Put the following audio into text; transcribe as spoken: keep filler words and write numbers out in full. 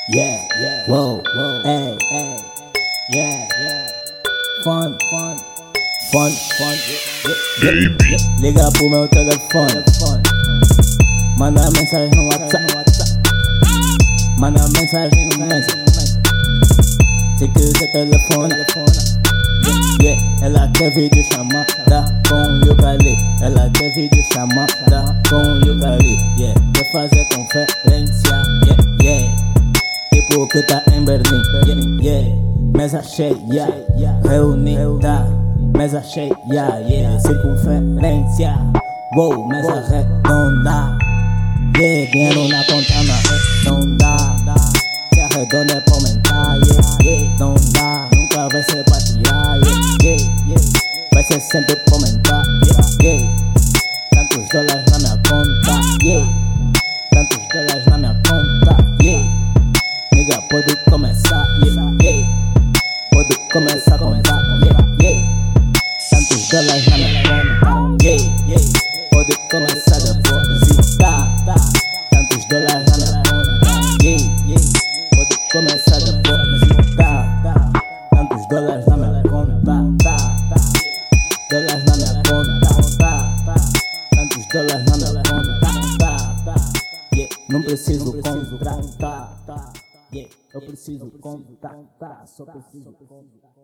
Yeah, yeah, whoa, whoa, hey, hey, yeah, yeah, fun, fun, fun, fun, yeah, yeah, yeah. Liga pro meu telefone, manda mensagem no WhatsApp, manda mensagem no Messenger. Se quiser telefona, yeah, yeah. Ela quer vídeo chamada com Yukali, ela quer vídeo chamada com Yukali, yeah. Quer fazer conferência, yeah, yeah. Tipo que tá em Berlim, yeah, yeah. Mesa cheia, reunida, mesa cheia, yeah. Circunferência, wow, mesa redonda, yeah. Dinheiro na conta na redonda, se arredonda é pra aumentar, yeah, yeah. Não dá, nunca vai ser pra tirar, yeah, yeah, yeah. Vai ser sempre pra aumentar, yeah, yeah. Tantos dólares na minha conta, yeah. Tantos dólares na minha conta, yeah. Nigga, pode começar, yeah, yeah. Pode começar a contar, yeah, yeah. Tantos dólares na minha conta, yeah, yeah. Pode começar a depositar. Tantos dólares na minha conta, yeah, yeah. Pode começar a depositar. Tantos dólares na minha conta, dólares na minha conta, tantos dólares na minha conta, yeah. Não preciso contratar, yeah. Eu preciso contratar, só preciso contratar.